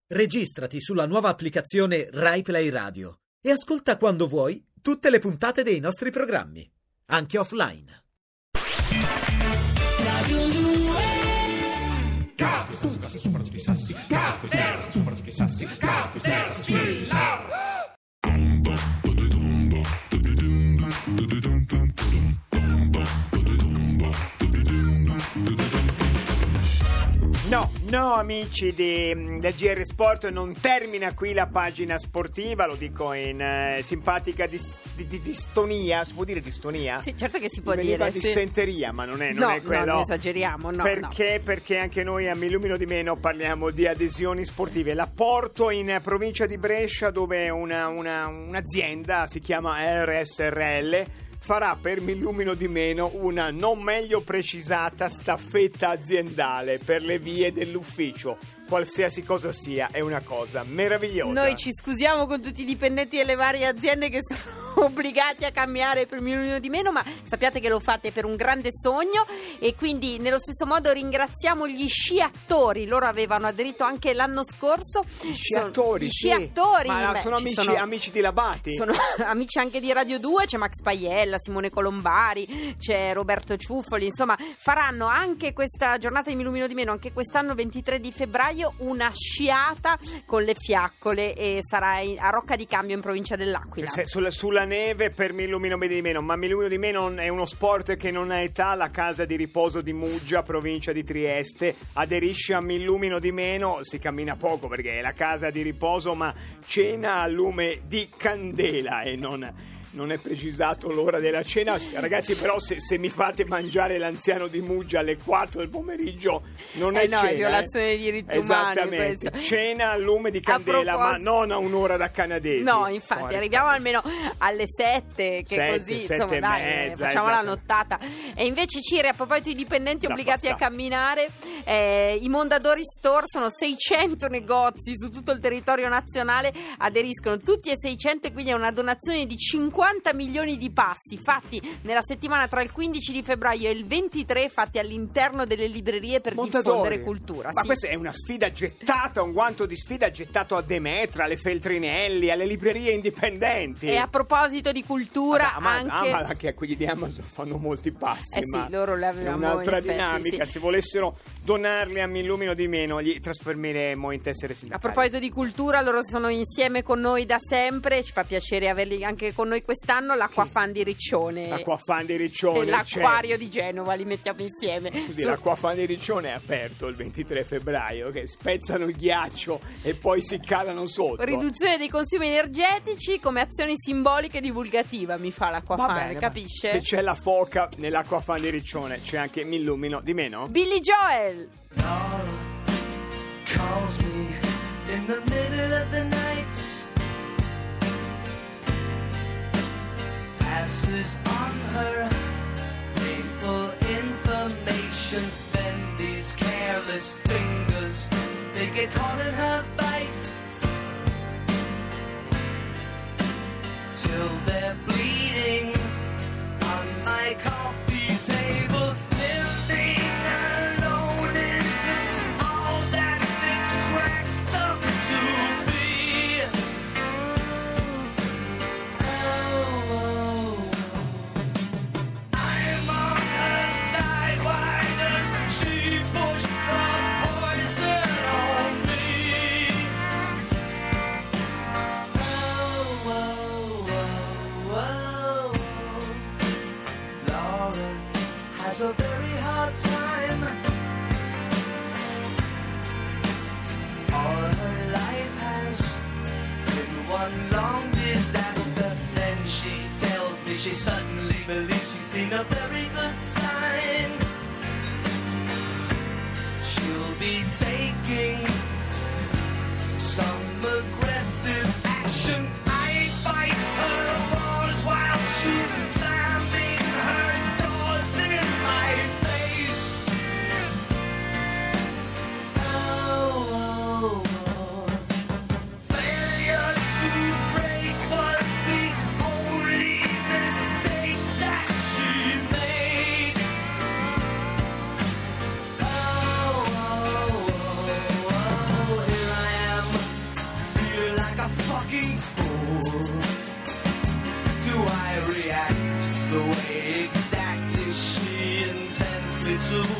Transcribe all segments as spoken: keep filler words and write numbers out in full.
Registrati sulla nuova applicazione Rai Play Radio e ascolta quando vuoi tutte le puntate dei nostri programmi, anche offline. No, no amici di, del G R Sport, non termina qui la pagina sportiva, lo dico in eh, simpatica dis, di, di distonia, si può dire distonia? Sì, certo che si può Mi dire. veniva dissenteria, sì. ma non è, non no, è quello. No, non esageriamo, no. Perché? No. Perché anche noi a Mi Illumino di Meno parliamo di adesioni sportive. La porto in provincia di Brescia, dove una, una, un'azienda, si chiama R S R L, farà per Mi Illumino di Meno una non meglio precisata staffetta aziendale per le vie dell'ufficio. Qualsiasi cosa sia, è una cosa meravigliosa. Noi ci scusiamo con tutti i dipendenti delle varie aziende che sono obbligati a cambiare per Mi Illumino di Meno, ma sappiate che lo fate per un grande sogno, e quindi nello stesso modo ringraziamo gli sciatori. Loro avevano aderito anche l'anno scorso. Gli sciatori, Gli sì. sciatori, ma beh, sono, amici, sono amici di Labati. Sono amici anche di Radio due, c'è Max Paiella, Simone Colombari, c'è Roberto Ciuffoli, insomma faranno anche questa giornata di Mi Illumino di Meno, anche quest'anno ventitré di febbraio, una sciata con le fiaccole, e sarà in, a Rocca di Cambio in provincia dell'Aquila. Se, sulla, sulla neve per Mi Illumino di Meno, ma Mi Illumino di Meno è uno sport che non ha età. La casa di riposo di Muggia, provincia di Trieste, aderisce a Mi Illumino di Meno. Si cammina poco perché è la casa di riposo, ma cena a lume di candela e non... non è precisato l'ora della cena, ragazzi. Però se, se mi fate mangiare l'anziano di Muggia alle quattro del pomeriggio non è eh no, cena, è violazione eh? dei diritti esattamente. umani, Cena al lume di candela, propos- ma non a un'ora da canadesi. No, infatti Fuori arriviamo sta. almeno alle sette, che Sette, così sette insomma e dai, mezza, facciamo la esatto. nottata. E invece Ciri, a proposito di dipendenti Da obbligati passare. a camminare, eh, i Mondadori Store sono seicento negozi su tutto il territorio nazionale, aderiscono tutti e seicento, e quindi è una donazione di cinquanta milioni di passi fatti nella settimana tra il quindici di febbraio e il ventitré, fatti all'interno delle librerie per Mondadori. diffondere cultura. Ma sì. questa è una sfida gettata, un guanto di sfida gettato a Demetra, alle Feltrinelli, alle librerie indipendenti. E a proposito di cultura, Ah, ma, anche... ah, ma anche quelli di Amazon fanno molti passi. Eh sì, ma loro le è avevamo un'altra in effetti, dinamica. sì. Se volessero donarli a Mi Illumino di Meno, li trasformeremo in tessere A sindacali. proposito di cultura, loro sono insieme con noi da sempre, ci fa piacere averli anche con noi quest'anno. L'Acquafan di Riccione L'Acquafan di Riccione e l'Acquario c'è. di Genova, li mettiamo insieme. Quindi l'Acquafan di Riccione è aperto il ventitré febbraio, che spezzano il ghiaccio e poi si calano sotto. Riduzione dei consumi energetici come azioni simboliche e divulgativa, mi fa Va l'Acquafan, bene, capisce? Se c'è la foca nell'Acquafan di Riccione, c'è anche Mi Illumino di Meno? Billy Joel! Laura calls me in the middle of the night, passes on her painful information, then these careless fingers, they get caught in her vice till they're bleeding on my coffee table. Living alone isn't all that it's cracked up to be. Oh, oh, I'm on her side. Why does she push the poison on me? Oh, oh, oh, oh. Laura has a very hard time. All her life has been one long disaster. Then she tells me she suddenly believes she's seen a very good sign. She'll be taking some aggressive action. I fight her wars while she's slamming her doors in my face. Oh, oh, oh. Failure to break was the only mistake that she made. blue.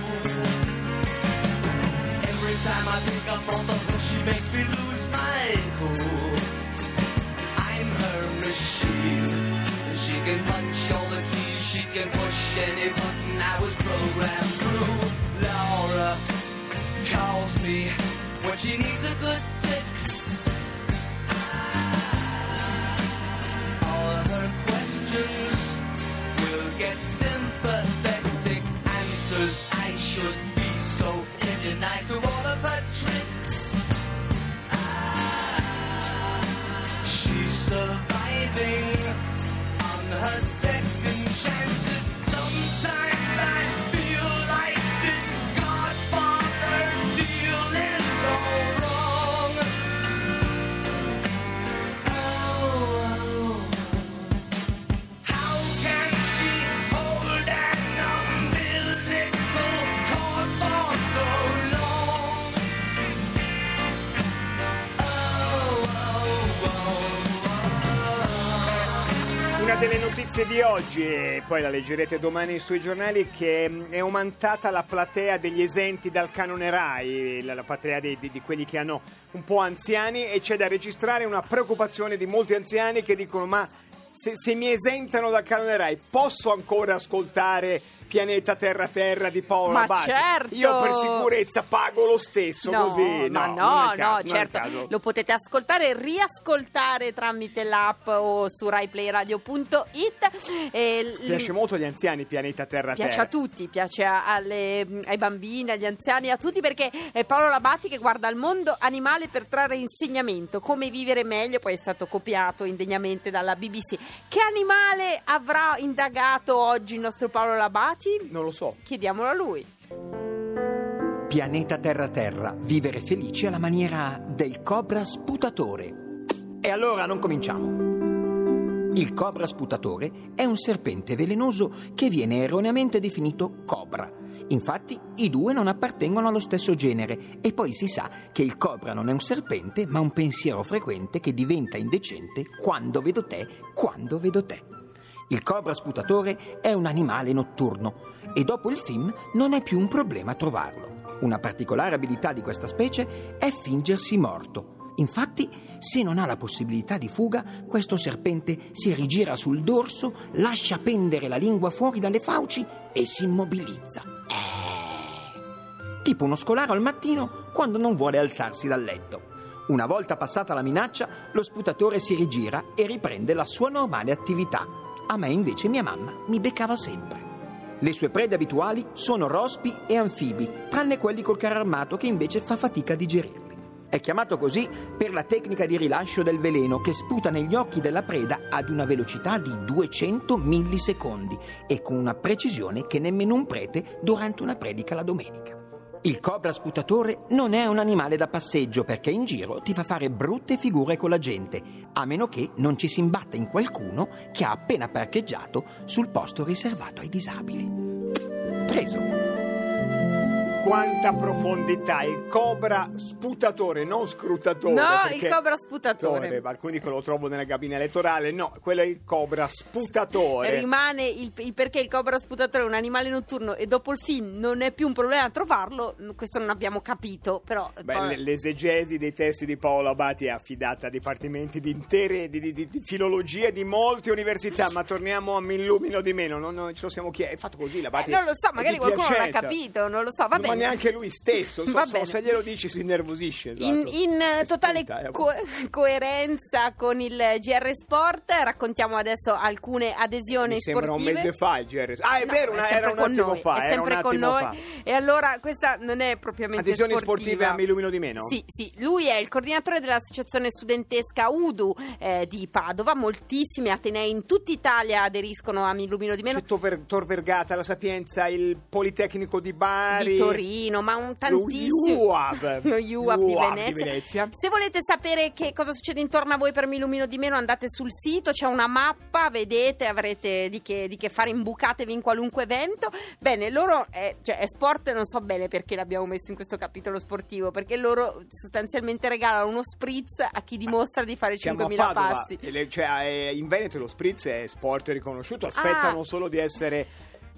Every time I think I'm on the hook, she makes me lose my cool. I'm her machine. She can punch all the keys, she can push any button I was programmed through. Laura calls me when she needs a good fix. All her questions will get sympathetic answers. I should be so immunized to all of her tricks. She's surviving on her second chances. Sometimes I feel like this Godfather deal is all wrong. Oh, how can she hold an umbilical cord for so long? Oh, oh, oh, oh. Una delle notizie di oggi, e poi la leggerete domani sui giornali, che è aumentata la platea degli esenti dal canone Rai, la, la platea di, di, di quelli che hanno un po' anziani, e c'è da registrare una preoccupazione di molti anziani che dicono: ma se, se mi esentano dal canone Rai posso ancora ascoltare Pianeta Terra Terra di Paolo Ma Abati? certo! Io per sicurezza pago lo stesso, No, così ma no, no, non è il caso, no, non è il certo, caso. lo potete ascoltare e riascoltare tramite l'app o su rai play radio punto it. E l- Piace molto agli anziani Pianeta Terra Piace Terra. a tutti, piace a- alle- ai bambini, agli anziani, a tutti, perché è Paolo Labati che guarda al mondo animale per trarre insegnamento, come vivere meglio. Poi è stato copiato indegnamente dalla B B C. Che animale avrà indagato oggi il nostro Paolo Labati? Non lo so. Chiediamolo a lui. Pianeta Terra Terra, vivere felici alla maniera del cobra sputatore. E allora non cominciamo. Il cobra sputatore è un serpente velenoso che viene erroneamente definito cobra. Infatti i due non appartengono allo stesso genere, e poi si sa che il cobra non è un serpente ma un pensiero frequente che diventa indecente quando vedo te, quando vedo te. Il cobra sputatore è un animale notturno e dopo il film non è più un problema trovarlo. Una particolare abilità di questa specie è fingersi morto. Infatti, se non ha la possibilità di fuga, questo serpente si rigira sul dorso, lascia pendere la lingua fuori dalle fauci e si immobilizza. Eh. Tipo uno scolaro al mattino quando non vuole alzarsi dal letto. Una volta passata la minaccia, lo sputatore si rigira e riprende la sua normale attività. A me invece mia mamma mi beccava sempre. Le sue prede abituali sono rospi e anfibi, tranne quelli col carro armato che invece fa fatica a digerirli. È chiamato così per la tecnica di rilascio del veleno che sputa negli occhi della preda ad una velocità di duecento millisecondi e con una precisione che nemmeno un prete durante una predica la domenica. Il cobra sputatore non è un animale da passeggio perché in giro ti fa fare brutte figure con la gente, a meno che non ci si imbatta in qualcuno che ha appena parcheggiato sul posto riservato ai disabili. Preso. Quanta profondità, il cobra sputatore, non scrutatore. No, perché- il cobra sputatore. Alcuni dicono lo trovo nella cabina elettorale, no, quello è il cobra sputatore. Rimane il, il perché il cobra sputatore è un animale notturno e dopo il film non è più un problema trovarlo. Questo non abbiamo capito, però Beh, poi- l- l'esegesi dei testi di Paolo Abati è affidata a dipartimenti di intere di, di, di, di filologia di molte università, ma torniamo a Mi illumino di meno, non, non ce lo siamo chiesti, è fatto così l'Abati. Eh, non lo so, è magari di qualcuno non l'ha Piacenza. capito, non lo so, va Ma bene. neanche lui stesso, so- Va so- bene. se glielo dici si innervosisce. In, esatto. in, eh, E totale spunta, eh. co- coerenza con il G R Sport raccontiamo adesso alcune adesioni Mi sembra sportive. un mese fa il G R. Ah, è No, vero, è una- sempre era un con attimo noi, fa. è era sempre un con attimo noi. fa. E allora questa non è propriamente Adesioni sportiva. sportive a Mi illumino di meno? Sì, sì, lui è il coordinatore dell'associazione studentesca U D U eh, di Padova. Moltissimi atenei in tutta Italia aderiscono a Mi illumino di meno. C'è Tor, Tor Vergata, la Sapienza, il Politecnico di Bari, Di Torino, ma un lo tantissimo. U A V, Lo U A V di U A V Venezia. di Venezia. Se volete sapere che cosa succede intorno a voi per Mi illumino di meno, andate sul sito, c'è una mappa, vedete, avrete di che, di che fare, imbucatevi in qualunque evento. Bene, loro è, cioè, è sport, non so bene perché l'abbiamo messo in questo capitolo sportivo, perché loro sostanzialmente regalano uno spritz a chi dimostra di fare Siamo a cinquemila Padova, passi. e le- cioè, eh, in Veneto lo spritz è sport riconosciuto, aspettano Ah. solo di essere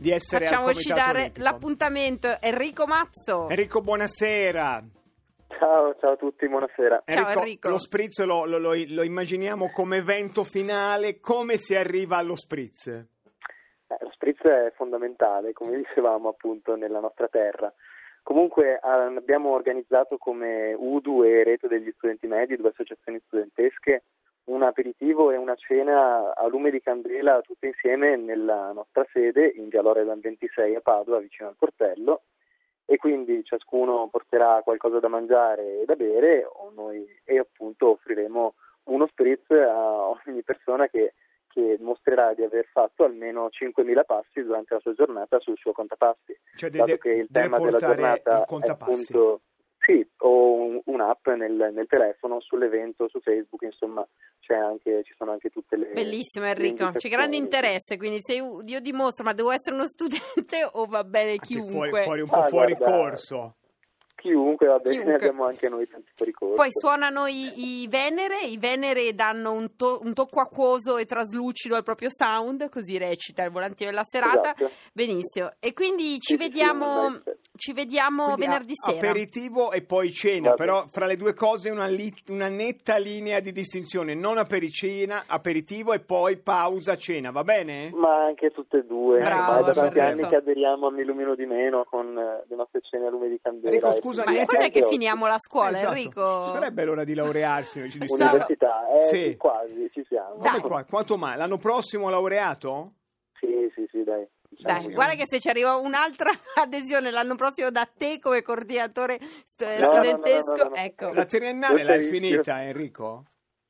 di essere Facciamoci al Comitato dare Olimpico. l'appuntamento. Enrico Mazzo. Enrico, buonasera. Ciao, ciao a tutti, buonasera. Ciao, Enrico. Lo spritz lo, lo- lo- lo immaginiamo come evento finale, come si arriva allo spritz? Eh, lo spritz è fondamentale, come dicevamo appunto nella nostra terra. Comunque eh, abbiamo organizzato come U D U e Rete degli Studenti Medi, due associazioni studentesche, un aperitivo e una cena a lume di candela tutte insieme nella nostra sede in via Loredan ventisei a Padova, vicino al Portello, e quindi ciascuno porterà qualcosa da mangiare e da bere o noi, e appunto offriremo uno spritz a ogni persona che, che mostrerà di aver fatto almeno cinquemila passi durante la sua giornata sul suo contapassi. Cioè de- dato de- che il deve tema della portare giornata il è contapassi. appunto sì, o un, un'app nel, nel telefono, sull'evento, su Facebook, insomma c'è anche, ci sono anche tutte le... Bellissimo le Enrico, c'è indicazioni. grande interesse, quindi se io io dimostro, ma devo essere uno studente o va bene Anche chiunque? fuori, fuori un po' Ah, fuori guarda, corso. Chiunque, va bene, Chiunque. abbiamo anche noi tanti fuori corso. Poi suonano i, i Venere, i Venere danno un, to- un tocco acquoso e traslucido al proprio sound, così recita il volantino della serata. Esatto. Benissimo. E quindi ci Sì, sì, vediamo, sì, dai, ci vediamo Quindi venerdì a- sera. aperitivo e poi cena, Va però bene. fra le due cose una, li- una netta linea di distinzione, non apericena, aperitivo e poi pausa cena, va bene? Ma anche tutte e due. Bravo, Ormai da tanti Enrico. anni che aderiamo a Mi Illumino di Meno con eh, le nostre cene a lume di candela. Enrico, e scusa, Ma quindi niente- quando è che anche finiamo la scuola, Esatto. Enrico? Sarebbe l'ora di laurearsi, noi ci distraiamo. Università, eh, Sì. sì, quasi, ci siamo. Dai. Come qua? Quanto mai? L'anno prossimo laureato? Sì, sì, sì, dai. Dai, Diciamo. guarda che se ci arriva un'altra adesione l'anno prossimo da te come coordinatore st- No, no, studentesco, no, no, no, no. ecco. La triennale Io l'hai sei- finita, Enrico?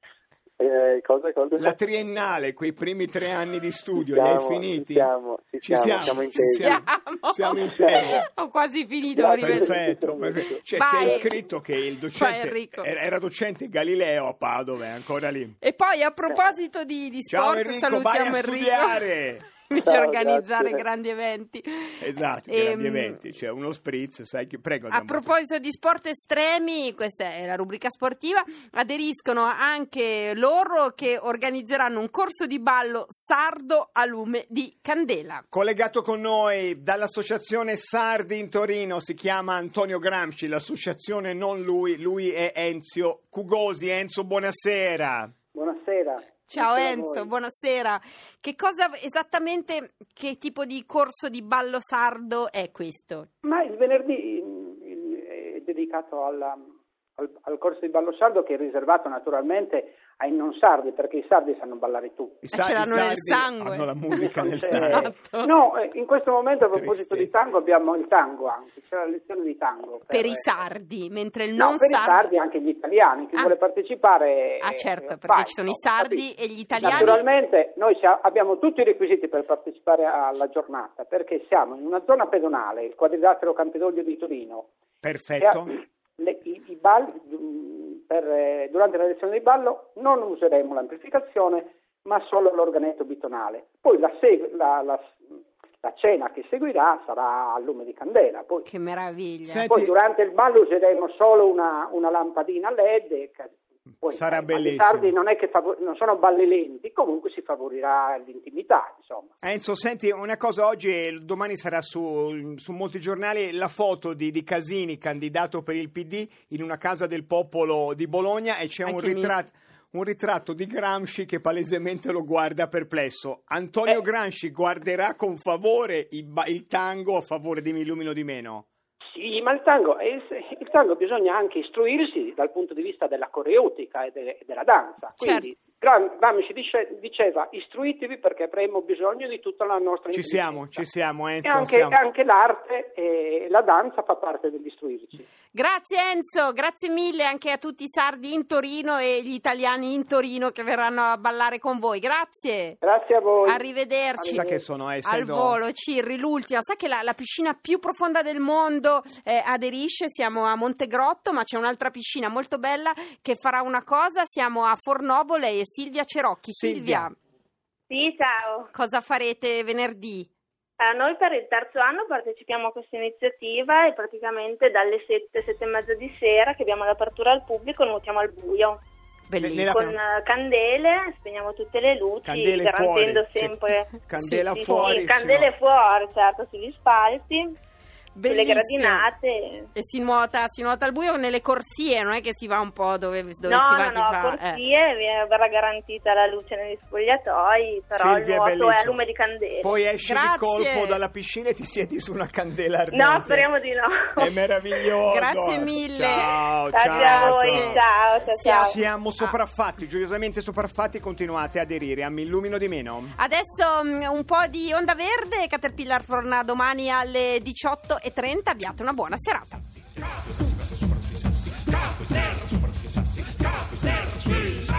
Eh, cosa, cosa? La triennale, quei primi tre anni di studio, li Siamo, hai finiti? Ci siamo, ci Ci siamo, siamo, siamo in ci tesi. siamo. Siamo. Siamo in tema. Ho quasi finito. Dai, arrivederci. Perfetto, perfetto. Cioè, Vai. sei scritto che il Vai, docente Enrico. era, era docente Galileo a Padova, è ancora lì. E poi a proposito di, di Ciao sport, Enrico, vai salutiamo a Enrico. studiare! Invece Ciao, organizzare grazie. grandi eventi. Esatto, Ehm, grandi eventi, c'è uno spritz, sai che prego. A Zambotti. proposito di sport estremi, questa è la rubrica sportiva, aderiscono anche loro che organizzeranno un corso di ballo sardo a lume di candela. Collegato con noi dall'associazione Sardi in Torino, si chiama Antonio Gramsci, l'associazione non lui, lui è Enzio Cugosi. Enzo, buonasera. Buonasera. Ciao Buonasera a Enzo, voi. buonasera. Che cosa esattamente, che tipo di corso di ballo sardo è questo? Ma il venerdì mm, il- è dedicato alla- al, al corso di ballo sardo, che è riservato naturalmente ai non sardi, perché i sardi sanno ballare tutti. I Eh, ce l'hanno nel sardi sangue. hanno la musica nel Eh, sangue. Esatto. No, eh, in questo momento a proposito Tristezza. di tango abbiamo il tango anche, c'è la lezione di tango. Per i sardi, mentre il No, non per i sardo... sardi anche gli italiani, chi Ah. vuole partecipare. Ah eh, certo, eh, perché vai, ci sono i no, sardi capito? e gli italiani. Naturalmente noi sia- abbiamo tutti i requisiti per partecipare alla giornata, perché siamo in una zona pedonale, il quadrilatero Campidoglio di Torino. Perfetto. E, le- i, i balli, mm, per, eh, durante la lezione di ballo non useremo l'amplificazione, ma solo l'organetto bitonale. Poi la, seg- la- la- la cena che seguirà sarà a lume di candela. Poi, Che meraviglia. Senti- poi durante il ballo useremo solo una, una lampadina L E D. e ca- Poi, Sarà eh, ma i bellissimo. sardi non è che favor- non sono balli lenti, comunque si favorirà l'intimità, insomma. Enzo, senti, una cosa, oggi e domani sarà su, su molti giornali la foto di, di Casini, candidato per il P D, in una casa del popolo di Bologna, e c'è un Anche mi- ritratto, un ritratto di Gramsci che palesemente lo guarda perplesso. Antonio Eh. Gramsci guarderà con favore il, ba- il tango a favore di Mi Illumino di Meno? Sì, ma il tango, è- il tango bisogna anche istruirsi dal punto di vista della coreutica e, de- e della danza. Quindi Gram- Gramsci dice- diceva istruitevi perché avremo bisogno di tutta la nostra Ci siamo, intelligenza. ci siamo, E Enzo. anche, siamo. anche l'arte e la danza fa parte dell'istruirsi. Grazie Enzo, grazie mille anche a tutti i sardi in Torino e gli italiani in Torino che verranno a ballare con voi. Grazie. Grazie a voi. Arrivederci. Sa che sono, Al essendo... volo, Cirri, l'ultima. Sa che la, la piscina più profonda del mondo eh, aderisce, siamo a Montegrotto, ma c'è un'altra piscina molto bella che farà una cosa, siamo a Fornovo, lei è Silvia Cerocchi. Silvia. Silvia, Sì, ciao. cosa farete venerdì? Eh, noi per il terzo anno partecipiamo a questa iniziativa e praticamente dalle sette, sette e mezza di sera che abbiamo l'apertura al pubblico nuotiamo al buio. Bellissimo. con uh, candele, spegniamo tutte le luci, Candele garantendo fuori, sempre cioè, candela Sì, sì, fuori, sì, candele sì, fuori, certo, sugli spalti, sulle Bellissimo. gradinate. E si nuota, si nuota al buio nelle corsie, non è che si va un po' dove, dove no, si va no, ti no, fa, eh. corsie, viene- verrà garantita la luce negli spogliatoi, però Silvia, il nuoto è bellissimo. a lume di candele. Poi esci Grazie. di colpo dalla piscina e ti siedi su una candela ardente. No, speriamo di no. È meraviglioso. Grazie mille. Ciao, Grazie ciao. a voi, Grazie. ciao, ciao, ciao. Siamo sopraffatti, gioiosamente sopraffatti, continuate a aderire a Mi illumino di meno. Adesso mm, un po' di Onda Verde, Caterpillar torna domani alle diciotto e trenta, abbiate una buona serata.